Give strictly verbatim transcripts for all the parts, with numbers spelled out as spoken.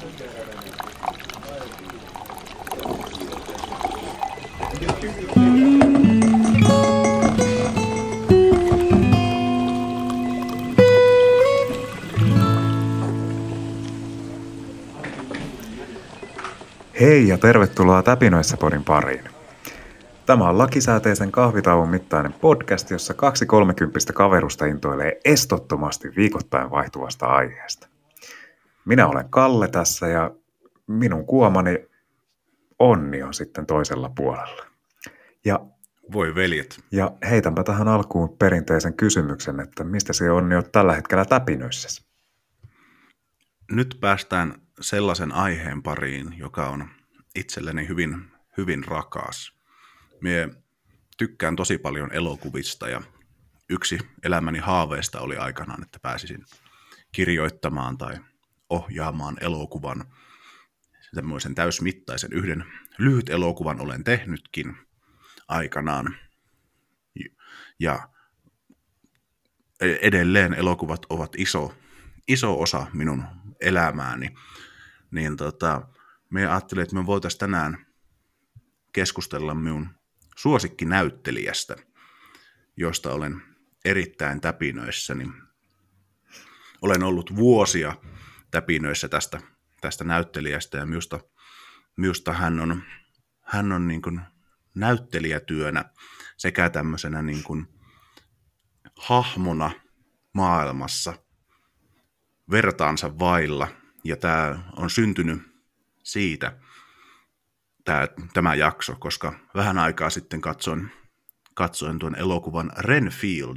Hei ja tervetuloa Täpinöissä podin pariin. Tämä on lakisääteisen kahvitauon mittainen podcast, jossa kaksi kolmekymppistä kaverusta intoilee estottomasti viikoittain vaihtuvasta aiheesta. Minä olen Kalle tässä ja minun kuomani Onni on sitten toisella puolella. Ja, Voi veljet. Ja heitänpä tähän alkuun perinteisen kysymyksen, että mistä se Onni on tällä hetkellä Täpinöissä? Nyt päästään sellaisen aiheen pariin, joka on itselleni hyvin, hyvin rakas. Mie tykkään tosi paljon elokuvista ja yksi elämäni haaveista oli aikanaan, että pääsisin kirjoittamaan tai ohjaamaan elokuvan. Semmoisen täysmittaisen yhden lyhyt elokuvan olen tehnytkin aikanaan. Ja edelleen elokuvat ovat iso, iso osa minun elämääni. Niin tota, me ajattelin, että me voitaisiin tänään keskustella minun suosikkinäyttelijästä, josta olen erittäin täpinöissäni. Olen ollut vuosia täpinöissä tästä, tästä näyttelijästä ja minusta, minusta hän on, hän on niin kuin näyttelijätyönä sekä tämmöisenä niin kuin hahmona maailmassa vertaansa vailla. Ja tämä on syntynyt siitä, tämä, tämä jakso, koska vähän aikaa sitten katsoin, katsoin tuon elokuvan Renfield,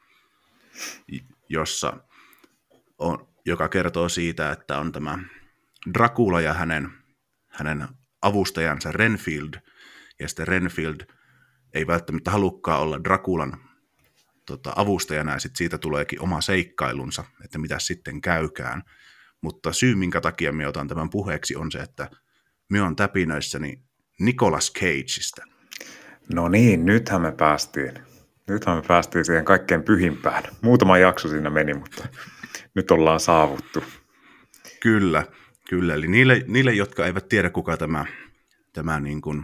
jossa on, joka kertoo siitä, että on tämä Dracula ja hänen, hänen avustajansa Renfield, ja sitten Renfield ei välttämättä halukkaan olla Draculan tota, avustajana, ja sitten siitä tuleekin oma seikkailunsa, että mitä sitten käykään. Mutta syy, minkä takia minä otan tämän puheeksi, on se, että minä olen täpinöissäni Nicolas Cageista. No niin, nythän me päästiin. Nythän me päästiin siihen kaikkein pyhimpään. Muutama jakso siinä meni, mutta nyt ollaan saavuttu. Kyllä, kyllä. Eli niille, niille jotka eivät tiedä, kuka tämä, tämä niin kuin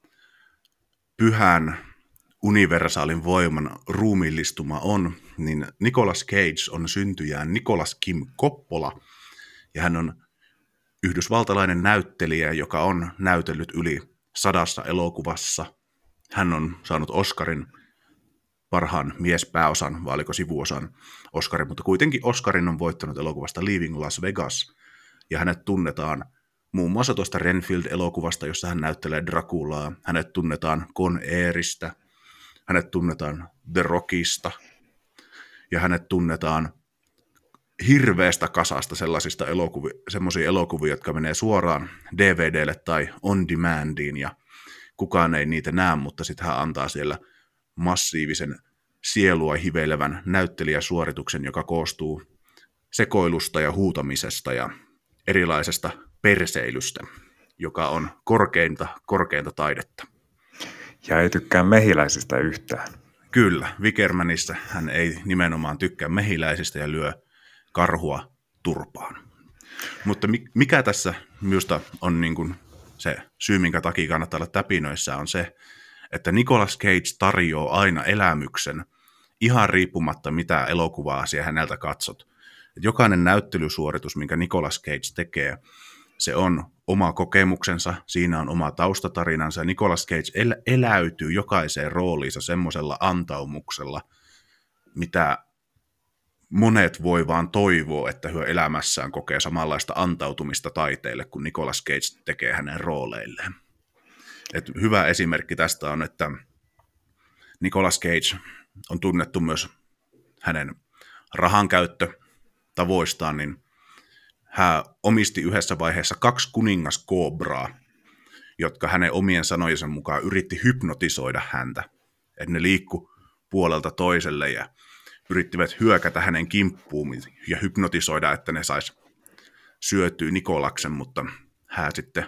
pyhän universaalin voiman ruumiillistuma on, niin Nicolas Cage on syntyjään Nicolas Kim Coppola, ja hän on yhdysvaltalainen näyttelijä, joka on näytellyt yli sadassa elokuvassa. Hän on saanut Oscarin parhaan miespääosan, vai oliko sivuosan Oscarin, mutta kuitenkin Oscarin on voittanut elokuvasta Leaving Las Vegas, ja hänet tunnetaan muun muassa tuosta Renfield-elokuvasta, jossa hän näyttelee Draculaa. Hänet tunnetaan Con Airista, hänet tunnetaan The Rockista, ja hänet tunnetaan hirveästä kasasta sellaisista elokuvia, semmoisia elokuvia, jotka menee suoraan D V D:lle tai on demandiin, ja kukaan ei niitä näe, mutta sitten hän antaa siellä massiivisen sielua hiveilevän näyttelijäsuorituksen, joka koostuu sekoilusta ja huutamisesta ja erilaisesta perseilystä, joka on korkeinta, korkeinta taidetta. Ja ei tykkää mehiläisistä yhtään. Kyllä, Wickermanissa hän ei nimenomaan tykkää mehiläisistä ja lyö karhua turpaan. Mutta mikä tässä minusta on niin kuin se syy, minkä takia kannattaa olla täpinöissä, on se, että Nicolas Cage tarjoaa aina elämyksen ihan riippumatta, mitä elokuvaa siellä häneltä katsot. Jokainen näyttelysuoritus, minkä Nicolas Cage tekee, se on oma kokemuksensa, siinä on oma taustatarinansa, ja Nicolas Cage el- eläytyy jokaiseen rooliinsa semmoisella antaumuksella, mitä monet voi vaan toivoa, että hyö elämässään kokee samanlaista antautumista taiteelle, kun Nicolas Cage tekee hänen rooleilleen. Et hyvä esimerkki tästä on, että Nicolas Cage on tunnettu myös hänen rahankäyttötavoistaan, niin hän omisti yhdessä vaiheessa kaksi kuningaskoobraa, jotka hänen omien sanojensa mukaan yritti hypnotisoida häntä. Että ne liikku puolelta toiselle ja yrittivät hyökätä hänen kimppuun ja hypnotisoida, että ne sais syötyä Nikolaksen, mutta hän sitten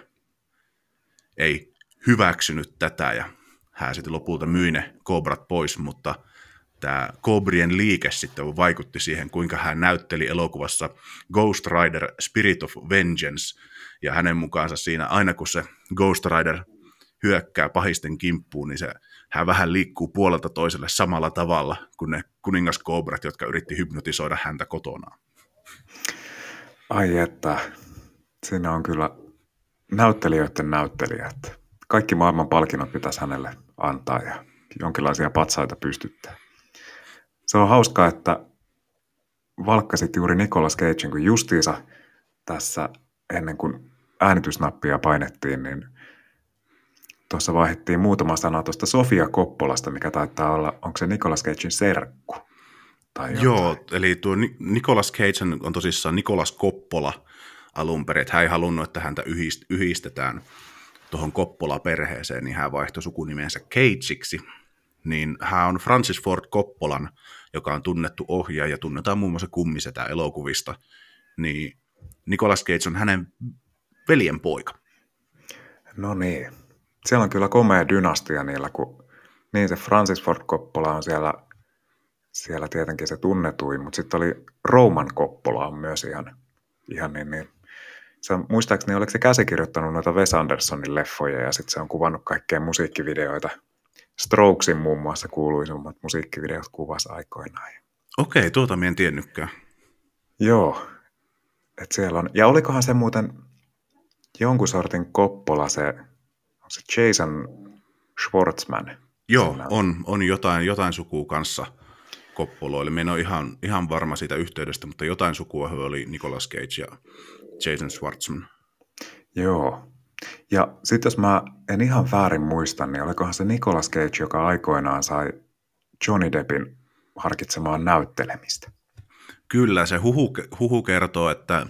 ei hyväksynyt tätä ja hän sitten lopulta myi ne koobrat pois, mutta tämä Cobrien liike sitten vaikutti siihen, kuinka hän näytteli elokuvassa Ghost Rider Spirit of Vengeance, ja hänen mukaansa siinä aina kun se Ghost Rider hyökkää pahisten kimppuun, niin se, hän vähän liikkuu puolelta toiselle samalla tavalla kuin ne kuningaskobrat, jotka yritti hypnotisoida häntä kotonaan. Ai että, siinä on kyllä näyttelijöiden näyttelijä, että kaikki maailman palkinnot pitäisi hänelle antaa ja jonkinlaisia patsaita pystyttää. Se on hauskaa, että valkkasit juuri Nicolas Cagen, kun justiinsa tässä ennen kuin äänitysnappia painettiin, niin tuossa vaihdettiin muutama sana tuosta Sofia Coppolasta, mikä taitaa olla, onko se Nicolas Cagen serkku? Tai Joo, eli tuo Nicolas Cage on tosissaan Nicolas Coppola alun perin, että hän ei halunnut, että häntä yhdistetään tuohon Coppola-perheeseen, niin hän vaihtoi sukunimensä Cageiksi. Niin hän on Francis Ford Coppolan, joka on tunnettu ohjaaja, tunnetaan muun muassa Kummisetä elokuvista, niin Nicolas Cage on hänen veljen poika. No niin. Siellä on kyllä komea dynastia niillä, kun niin se Francis Ford Coppola on siellä, siellä tietenkin se tunnetuin, mutta sitten oli Roman Coppola on myös ihan, ihan niin, niin. Se on, muistaakseni oliko se käsikirjoittanut noita Wes Andersonin leffoja ja sitten se on kuvannut kaikkea musiikkivideoita. Strokesin muun muassa kuuluisimmat musiikkivideot kuvasi aikoinaan. Okei, tuota minä en tiennytkään. Joo, että siellä on, ja olikohan se muuten jonkun sortin Coppola se, on se Jason Schwartzman? Joo, on, on jotain, jotain sukua kanssa Coppoloille. Minä en ole ihan, ihan varma siitä yhteydestä, mutta jotain sukua oli Nicolas Cage ja Jason Schwartzman. Joo, ja sitten jos mä en ihan väärin muista, niin olikohan se Nicolas Cage, joka aikoinaan sai Johnny Deppin harkitsemaan näyttelemistä? Kyllä, se huhu, huhu kertoo, että,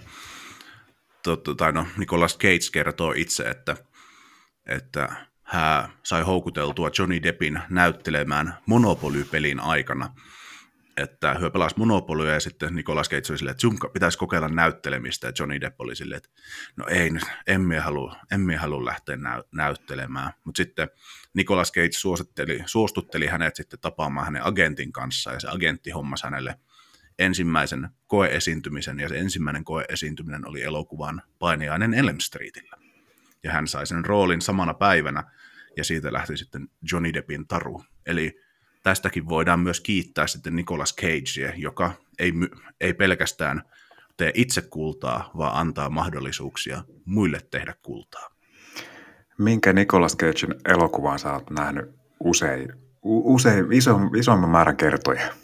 to, tai no, Nicolas Cage kertoo itse, että, että hän sai houkuteltua Johnny Deppin näyttelemään Monopoly-pelin aikana. Että hän pelasi Monopolyä ja sitten Nicolas Cage oli silleen, että sun pitäisi kokeilla näyttelemistä. Ja Johnny Depp oli silleen, että no ei, emme halua, emme halua lähteä näy- näyttelemään. Mutta sitten Nicolas Cage suositteli, suostutteli hänet sitten tapaamaan hänen agentin kanssa ja se agentti hommasi hänelle ensimmäisen koeesiintymisen ja se ensimmäinen koeesiintyminen oli elokuvan Painajainen Elm Streetillä. Ja hän sai sen roolin samana päivänä ja siitä lähti sitten Johnny Deppin taru. Eli tästäkin voidaan myös kiittää sitten Nicolas Cagea, joka ei, ei pelkästään tee itse kultaa, vaan antaa mahdollisuuksia muille tehdä kultaa. Minkä Nicolas Cagen elokuvan sä oot nähnyt usein, usein iso, isomman määrän kertoja?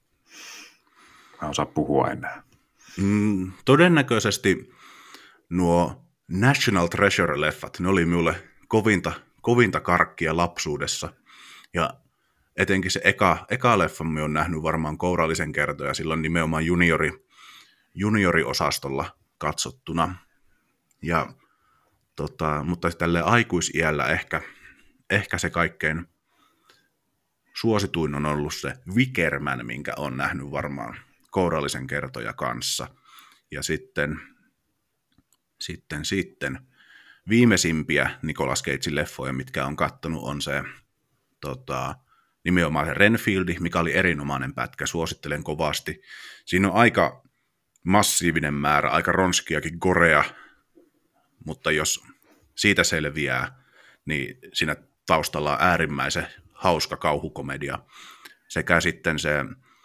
Mä en osaa puhua enää. Mm, todennäköisesti nuo National Treasure-leffat, ne oli minulle kovinta, kovinta karkkia lapsuudessa. Ja etenkin se eka, eka leffa minä olen nähnyt varmaan kourallisen kertoja, silloin nimenomaan juniori, junioriosastolla katsottuna. Ja, tota, mutta tälle aikuisiällä ehkä, ehkä se kaikkein suosituin on ollut se Wickerman, minkä olen nähnyt varmaan kourallisen kertoja kanssa. Ja sitten, sitten, sitten viimeisimpiä Nicolas Cagein leffoja, mitkä on kattonut, on se tota, nimenomaan se Renfieldi, mikä oli erinomainen pätkä, suosittelen kovasti. Siinä on aika massiivinen määrä, aika ronskiakin gorea, mutta jos siitä selviää, niin siinä taustalla on äärimmäisen hauska kauhukomedia. Sekä sitten se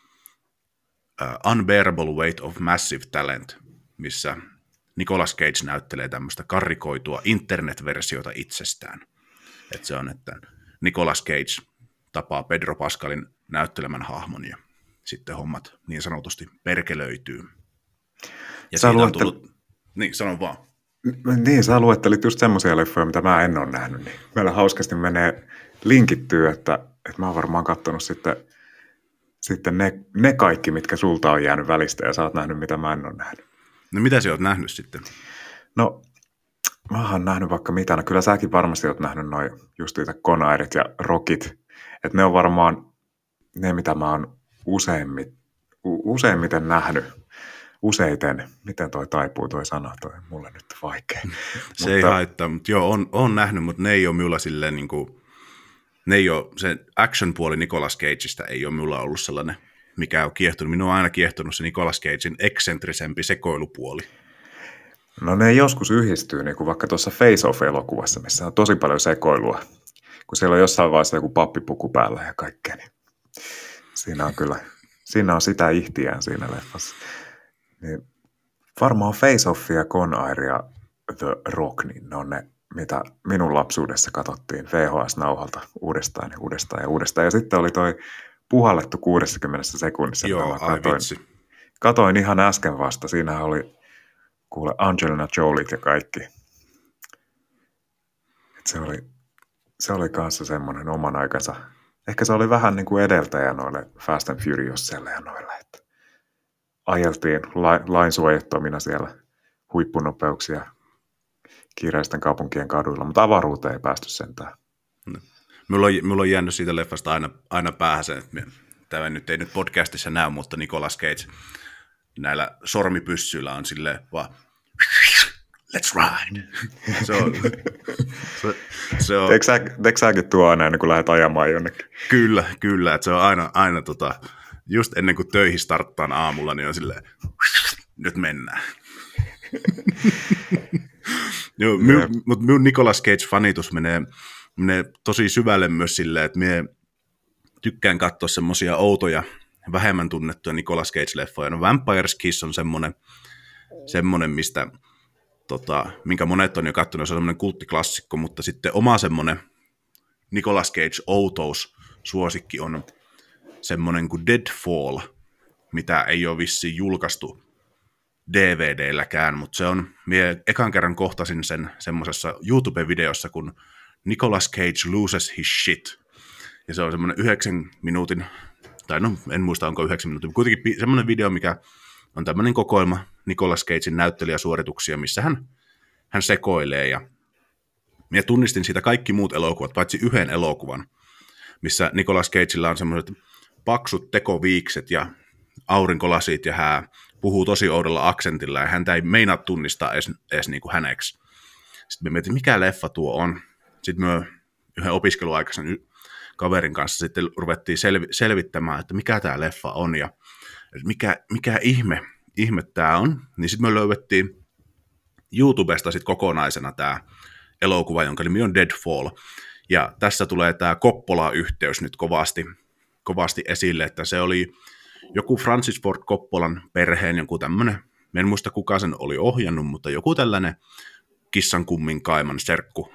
uh, Unbearable Weight of Massive Talent, missä Nicolas Cage näyttelee tämmöistä karrikoitua internetversiota itsestään. Että se on, että Nicolas Cage tapaa Pedro Pascalin näyttelemän hahmon ja sitten hommat niin sanotusti perkelöityy. Ja sä siitä luettel... on tullut... Niin, sanon vaan. Niin, sä luettelit just semmoisia leffoja, mitä mä en ole nähnyt. Niin meillä hauskasti menee linkittyy, että, että mä oon varmaan katsonut sitten, sitten ne, ne kaikki, mitkä sulta on jäänyt välistä ja sä oot nähnyt, mitä mä en ole nähnyt. No mitä sä oot nähnyt sitten? No, mä oon nähnyt vaikka mitä. No kyllä säkin varmasti oot nähnyt noi just niitä Conairit ja Rockit. Että ne on varmaan ne, mitä mä oon useimmit, useimmiten nähnyt. Useiten. Miten toi taipuu toi sana? Toi mulle nyt vaikea. Se mutta... ei haittaa, mutta joo, on, on nähnyt, mutta ne ei ole minulla silleen niin kuin ne ei ole, se action-puoli Nicolas Cageista ei ole minulla ollut sellainen, mikä on kiehtunut. Minua on aina kiehtunut se Nicolas Cagein eksentrisempi sekoilupuoli. No ne joskus yhdistyy, niin kuin vaikka tuossa Face Off-elokuvassa, missä on tosi paljon sekoilua. Kun siellä on jossain vaiheessa joku pappipuku päällä ja kaikkea, niin siinä on kyllä, siinä on sitä ihtiään siinä leffassa. Niin varmaan Face Off ja Con Air ja The Rock, niin ne on ne, mitä minun lapsuudessa katsottiin V H S-nauhalta uudestaan ja uudestaan ja uudestaan. Ja sitten oli toi puhallettu kuudessakymmenessä sekunnissa. Joo, ai katoin, vitsi. katoin ihan äsken vasta. Siinähän oli kuule Angelina Jolie ja kaikki. Et se oli, se oli kanssa semmoinen oman aikansa. Ehkä se oli vähän niin kuin edeltäjä noille Fast and Furiousille ja noille. Että ajeltiin la, lain suojattomina siellä huippunopeuksia kiireisten kaupunkien kaduilla, mutta avaruuteen ei päästy sentään. No. Mulla on, mulla on jäänyt siitä leffasta aina, aina päähän se, että tämä nyt ei nyt podcastissa näy, mutta Nicolas Cage näillä sormipyssyillä on silleen vaan let's ride. Se on, se, se on, Teekö, sä, teekö säkin tuo aina ennen kuin lähdet ajamaan jonnekin? Kyllä, kyllä. Että se on aina, aina tota, just ennen kuin töihin starttaan aamulla, niin on silleen, nyt mennään. Joo, yeah. Mutta minun Nicolas Cage-fanitus menee, menee tosi syvälle myös silleen, että minä tykkään katsoa semmoisia outoja, vähemmän tunnettuja Nicolas Cage-leffoja. No Vampire's Kiss on semmoinen, semmoinen mistä, tota, minkä monet on jo katsonut, se on semmoinen kulttiklassikko, mutta sitten oma semmoinen Nicolas Cage-outous suosikki on semmoinen kuin Deadfall, mitä ei ole vissiin julkaistu D V D:lläkään, mutta se on, mie ekan kerran kohtasin sen semmoisessa YouTube-videossa, kun Nicolas Cage loses his shit. Ja se on semmoinen yhdeksän minuutin, tai no en muista onko yhdeksän minuutin, mutta kuitenkin semmoinen video, mikä on tämmöinen kokoelma Nicolas Cagein näyttelijäsuorituksia, missä hän, hän sekoilee. Ja minä tunnistin siitä kaikki muut elokuvat, paitsi yhden elokuvan, missä Nicolas Cagella on semmoiset paksut tekoviikset ja aurinkolasit ja hän puhuu tosi oudolla aksentilla ja häntä ei meinaa tunnistaa edes, edes niin kuin häneksi. Sitten me mietin, mikä leffa tuo on. Sitten me yhden opiskeluaikaisen kaverin kanssa sitten ruvettiin selvi- selvittämään, että mikä tämä leffa on ja mikä, mikä ihme, ihme tämä on. Niin sitten me löydettiin YouTubesta sitten kokonaisena tämä elokuva, jonka nimi on Deadfall. Ja tässä tulee tämä Coppola-yhteys nyt kovasti, kovasti esille, että se oli joku Francis Ford Coppolan perheen joku tämmöinen, en muista kuka sen oli ohjannut, mutta joku tällainen kissan kummin kaiman serkku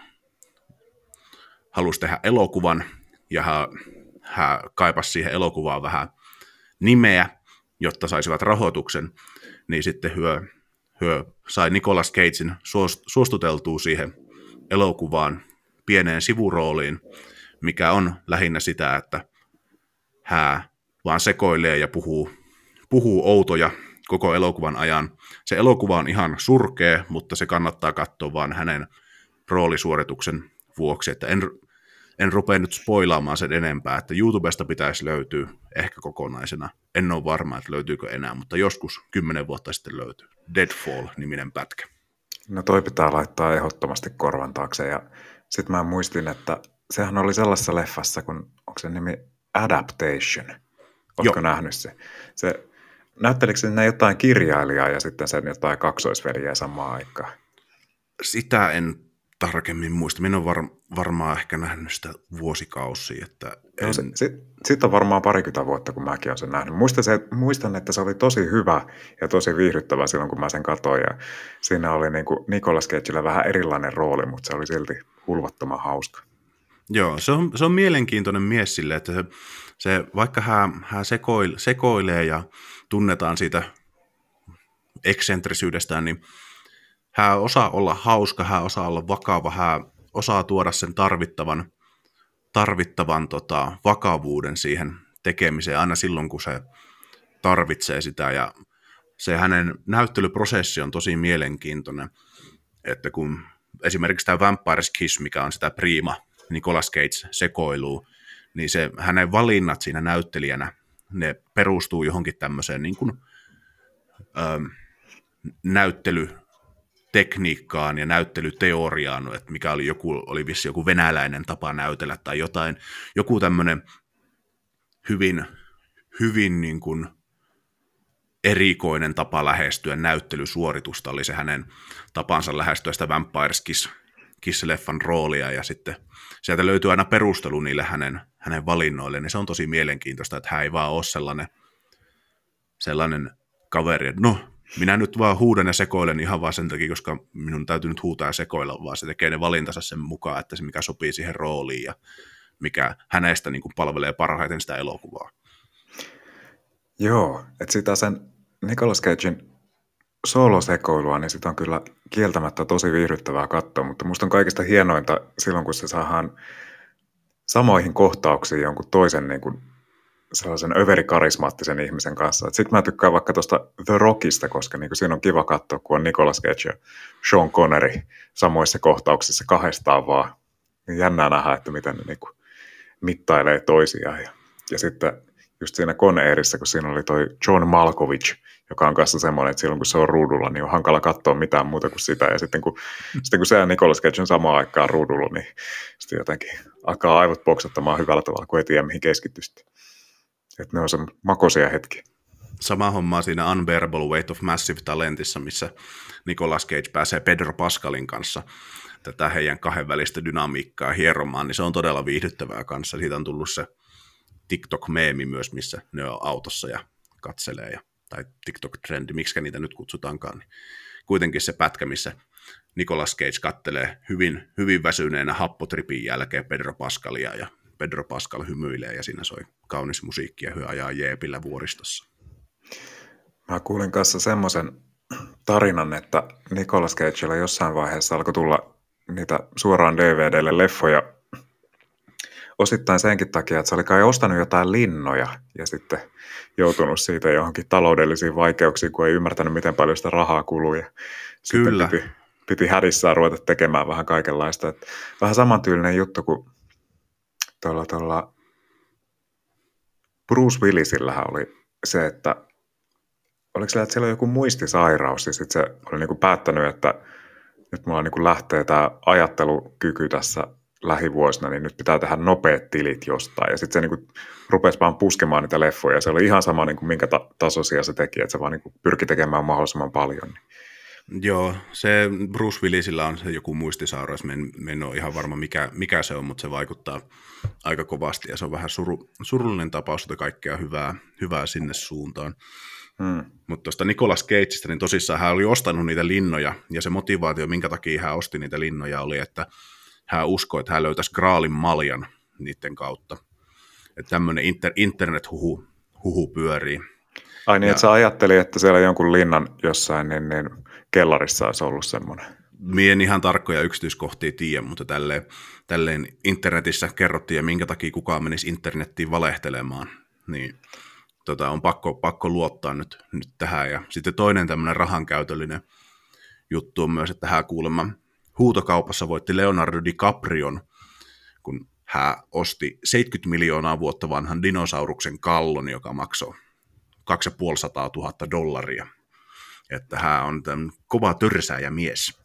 halusi tehdä elokuvan, ja hän, hän kaipasi siihen elokuvaan vähän nimeä, jotta saisivat rahoituksen, niin sitten hyö, hyö sai Nicolas Cagein suostuteltua siihen elokuvaan pieneen sivurooliin, mikä on lähinnä sitä, että hän vaan sekoilee ja puhuu, puhuu outoja koko elokuvan ajan. Se elokuva on ihan surkea, mutta se kannattaa katsoa vaan hänen roolisuorituksen vuoksi, että en, en rupea nyt spoilaamaan sen enempää, että YouTubesta pitäisi löytyä ehkä kokonaisena. En ole varma, että löytyykö enää, mutta joskus kymmenen vuotta sitten löytyy. Deadfall-niminen pätkä. No toi pitää laittaa ehdottomasti korvan taakse ja sitten mä muistin, että sehän oli sellaisessa leffassa, kun onko se nimi Adaptation. Oletko nähnyt se? se näyttelikö sinne jotain kirjailijaa ja sitten sen jotain kaksoisveliä samaan aikaan? Sitä en tarkemmin muista. Minä olen var, varmaan ehkä nähnyt sitä vuosikausia. Että en... no Sitten sit on varmaan parikymmentä vuotta, kun mäkin olen sen nähnyt. Muistan, se, muistan, että se oli tosi hyvä ja tosi viihdyttävä silloin, kun mä sen katsoin. Ja siinä oli niin kuin Nicolas Cagella vähän erilainen rooli, mutta se oli silti hulvattoman hauska. Joo, se on, se on mielenkiintoinen mies sille, että se, se, vaikka hän, hän sekoile, sekoilee ja tunnetaan siitä eksentrisyydestään, niin hän osaa olla hauska, hän osaa olla vakava, hän osaa tuoda sen tarvittavan, tarvittavan tota, vakavuuden siihen tekemiseen aina silloin, kun se tarvitsee sitä. Ja se hänen näyttelyprosessi on tosi mielenkiintoinen, että kun esimerkiksi tämä Vampire's Kiss, mikä on sitä prima Nicolas Cage sekoiluu, niin se, hänen valinnat siinä näyttelijänä, ne perustuu johonkin tämmöiseen niin kuin, ähm, näyttelytekniikkaan, näyttelytekniikkaan ja näyttelyteoriaan, että mikä oli joku, oli vissi joku venäläinen tapa näytellä tai jotain, joku tämmöinen hyvin, hyvin niin kuin erikoinen tapa lähestyä näyttelysuoritusta oli se hänen tapansa lähestyä sitä Vampires Kiss, Kiss-leffan roolia, ja sitten sieltä löytyy aina perustelu niille hänen, hänen valinnoille, niin se on tosi mielenkiintoista, että hän ei vaan ole sellainen, sellainen kaveri, että no, minä nyt vaan huudan ja sekoilen ihan vaan sen takia, koska minun täytyy nyt huutaa ja sekoilla, vaan se tekee ne valintansa sen mukaan, että se mikä sopii siihen rooliin ja mikä hänestä niin kuin palvelee parhaiten sitä elokuvaa. Joo, että sitä sen Nicolas Cagein soolosekoilua, niin sitä on kyllä kieltämättä tosi viihdyttävää katsoa, mutta musta on kaikista hienointa silloin, kun se saadaan samoihin kohtauksiin jonkun toisen niin kuin sellaisen överikarismaattisen ihmisen kanssa. Sitten mä tykkään vaikka tuosta The Rockista, koska niin kuin siinä on kiva katsoa, kun on Nicolas Cage ja Sean Connery samoissa kohtauksissa kahdestaan vaan. Niin jännää nähdä, että miten ne niin kuin mittailee toisiaan. Ja, ja sitten just siinä Con Airissa, kun siinä oli toi John Malkovich, joka on kanssa semmoinen, että silloin kun se on ruudulla, niin on hankala katsoa mitään muuta kuin sitä. Ja sitten kun, sitten kun se ja Nicolas Cage on samaan aikaan ruudulla, niin sitten jotenkin alkaa aivot poksattamaan hyvällä tavalla, kun ei tiedä mihin keskittyy. Että ne on se makoisia hetki. Sama homma siinä Unbearable Weight of Massive Talentissa, missä Nicolas Cage pääsee Pedro Pascalin kanssa tätä heidän kahden välistä dynamiikkaa hieromaan, niin se on todella viihdyttävää kanssa. Siitä on tullut se TikTok-meemi myös, missä ne on autossa ja katselee, ja, tai TikTok-trendi, miksi niitä nyt kutsutaankaan. Niin kuitenkin se pätkä, missä Nicolas Cage kattelee hyvin, hyvin väsyneenä happotripin jälkeen Pedro Pascalia, ja Pedro Pascal hymyilee, ja siinä soi kaunis musiikki, ja hyö ajaa jeepillä vuoristossa. Mä kuulin kanssa semmoisen tarinan, että Nicolas Cagella jossain vaiheessa alkoi tulla niitä suoraan D V D:lle leffoja osittain senkin takia, että se oli kai ostanut jotain linnoja ja sitten joutunut siitä johonkin taloudellisiin vaikeuksiin, kun ei ymmärtänyt, miten paljon sitä rahaa kuluu. Ja Kyllä. Sitten piti, piti hädissään ruveta tekemään vähän kaikenlaista. Että vähän samantyylinen juttu kuin tuolla, tuolla Bruce Willisillähän oli se, että oliko sillä, että siellä on joku muistisairaus ja sitten se oli niin kuin päättänyt, että nyt mulla niin kuin lähtee tämä ajattelukyky tässä lähivuosina, niin nyt pitää tehdä nopeat tilit jostain. Ja sitten se niin kuin rupesi vaan puskemaan niitä leffoja. Se oli ihan sama, niin kuin minkä ta- tasoisia se teki, että se vaan niin kuin pyrki tekemään mahdollisimman paljon. Joo, se Bruce Willisillä on se joku muistisairaus. Mä en, mä en ole ihan varma, mikä, mikä se on, mutta se vaikuttaa aika kovasti. Ja se on vähän suru, surullinen tapaus, että kaikkea hyvää, hyvää sinne suuntaan. Hmm. Mutta tuosta Nicolas Cageista, niin tosissaan hän oli ostanut niitä linnoja, ja se motivaatio, minkä takia hän osti niitä linnoja, oli, että hän uskoi, että hän löytäisi Graalin maljan niiden kautta. Että tämmöinen inter, internet-huhu huhu pyörii. Ai niin, ja, että sä ajattelin, että siellä jonkun linnan jossain niin, niin kellarissa olisi ollut semmoinen. Mie en ihan tarkkoja yksityiskohtia tiedä, mutta tälleen, tälleen internetissä kerrottiin, ja minkä takia kukaan menisi internettiin valehtelemaan, niin tota, on pakko, pakko luottaa nyt, nyt tähän. Ja sitten toinen tämmöinen rahankäytöllinen juttu on myös, että hän kuulemma huutokaupassa voitti Leonardo DiCaprion, kun hän osti seitsemänkymmentä miljoonaa vuotta vanhan dinosauruksen kallon, joka maksoi kaksisataaviisikymmentätuhatta dollaria. Että hän on tämän kova törsääjä mies.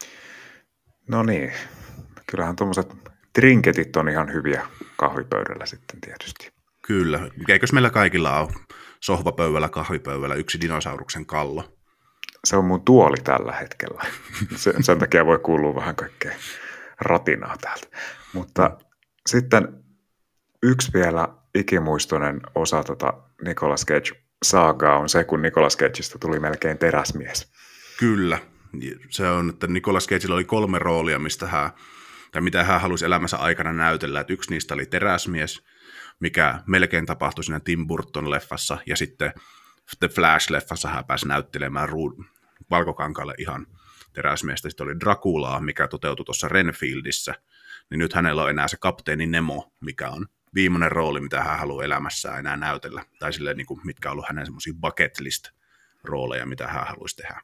No niin, kyllähän tuommoiset trinketit on ihan hyviä kahvipöydällä sitten tietysti. Kyllä, eikös meillä kaikilla ole sohvapöydällä, kahvipöydällä yksi dinosauruksen kallo? Se on mun tuoli tällä hetkellä. Sen, sen takia voi kuulua vähän kaikkea ratinaa täältä. Mutta mm. sitten yksi vielä ikimuistoinen osa tota Nicolas Cage-saagaa on se, kun Nicolas Cageista tuli melkein teräsmies. Kyllä. Se on, että Nicolas Cagella oli kolme roolia, mistä hän, tai mitä hän halusi elämänsä aikana näytellä. Että yksi niistä oli teräsmies, mikä melkein tapahtui siinä Tim Burton-leffassa, ja sitten The Flash-leffassa hän pääsi näyttelemään ruud- valkokankaalle ihan teräsmiestä. Sitten oli Draculaa, mikä toteutui tuossa Renfieldissä, niin nyt hänellä on enää se kapteeni Nemo, mikä on viimeinen rooli, mitä hän haluaa elämässään enää näytellä, tai silleen, niin kuin, mitkä on ollut hänen semmoisia bucket list-rooleja, mitä hän haluaisi tehdä.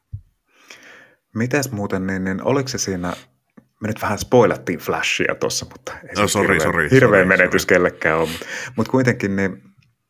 Mites muuten, niin, niin oliko se siinä, me nyt vähän spoilattiin Flashia tuossa, mutta ei no, sorry, hirveä, sorry, hirveä sorry, menetys sorry. kellekään ole, mutta, mutta kuitenkin, niin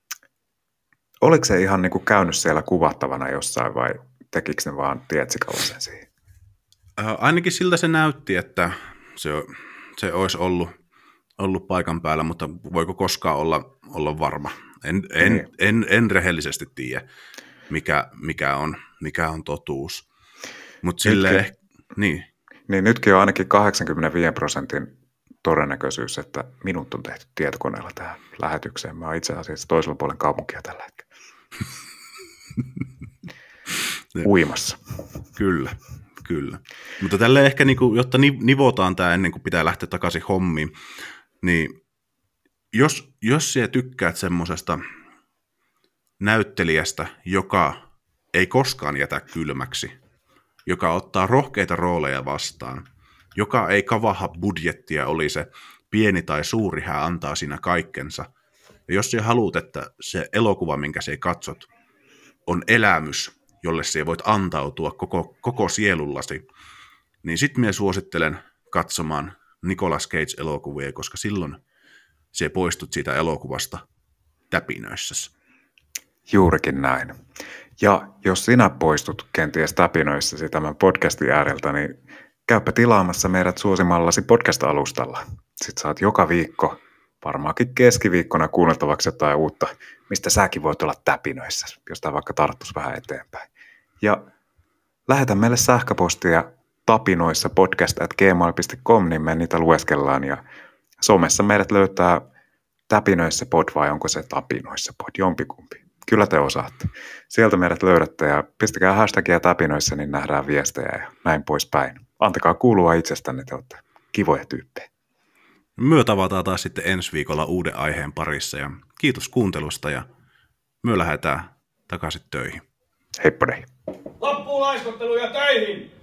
oliko se ihan niin kuin käynyt siellä kuvattavana jossain vai tekikö ne vaan tietsikalla sen siihen? Äh, ainakin siltä se näytti, että se, se olisi ollut, ollut paikan päällä, mutta voiko koskaan olla, olla varma. En, en, Niin. en, en rehellisesti tiedä, mikä, mikä, on, mikä on totuus. Mutta silleen, Nytkin, niin. niin nytkin on ainakin kahdeksankymmentäviisi prosentin todennäköisyys, että minut on tehty tietokoneella tähän lähetykseen. Mä oon itse asiassa toisella puolen kaupunkia tällä hetkellä. Uimassa. Kyllä, kyllä. Mutta tälleen ehkä, niin kuin, jotta nivotaan tämä ennen kuin pitää lähteä takaisin hommiin, niin jos, jos sä tykkäät semmosesta näyttelijästä, joka ei koskaan jätä kylmäksi, joka ottaa rohkeita rooleja vastaan, joka ei kavaha budjettia, oli se pieni tai suuri, hän antaa siinä kaikkensa. Ja jos sä haluat, että se elokuva, minkä sä katsot, on elämys, jolle sä voit antautua koko, koko sielullasi, niin sit minä suosittelen katsomaan Nicolas Cage-elokuvia, koska silloin se poistut siitä elokuvasta täpinöissäsi. Juurikin näin. Ja jos sinä poistut kenties täpinöissäsi tämän podcastin ääreltä, niin käypä tilaamassa meidät suosimallasi podcast-alustalla. Sitten saat joka viikko, varmaankin keskiviikkona kuunneltavaksi jotain uutta, mistä säkin voit olla täpinöissä, jos tämä vaikka tarttuisi vähän eteenpäin. Ja lähetä meille sähköpostia tapinoissa podcast at gmail piste com, niin me niitä lueskellaan. Ja somessa meidät löytää täpinöissä pod vai onko se tapinoissa pod, jompikumpi. Kyllä te osaatte. Sieltä meidät löydätte ja pistäkää hashtagia täpinoissa, niin nähdään viestejä ja näin poispäin. Antakaa kuulua itsestänne, te olette kivoja tyyppejä. Myö tavataan taas sitten ensi viikolla uuden aiheen parissa ja kiitos kuuntelusta ja myö lähdetään takaisin töihin. Heippa dei. Loppuun laiskottelu ja töihin!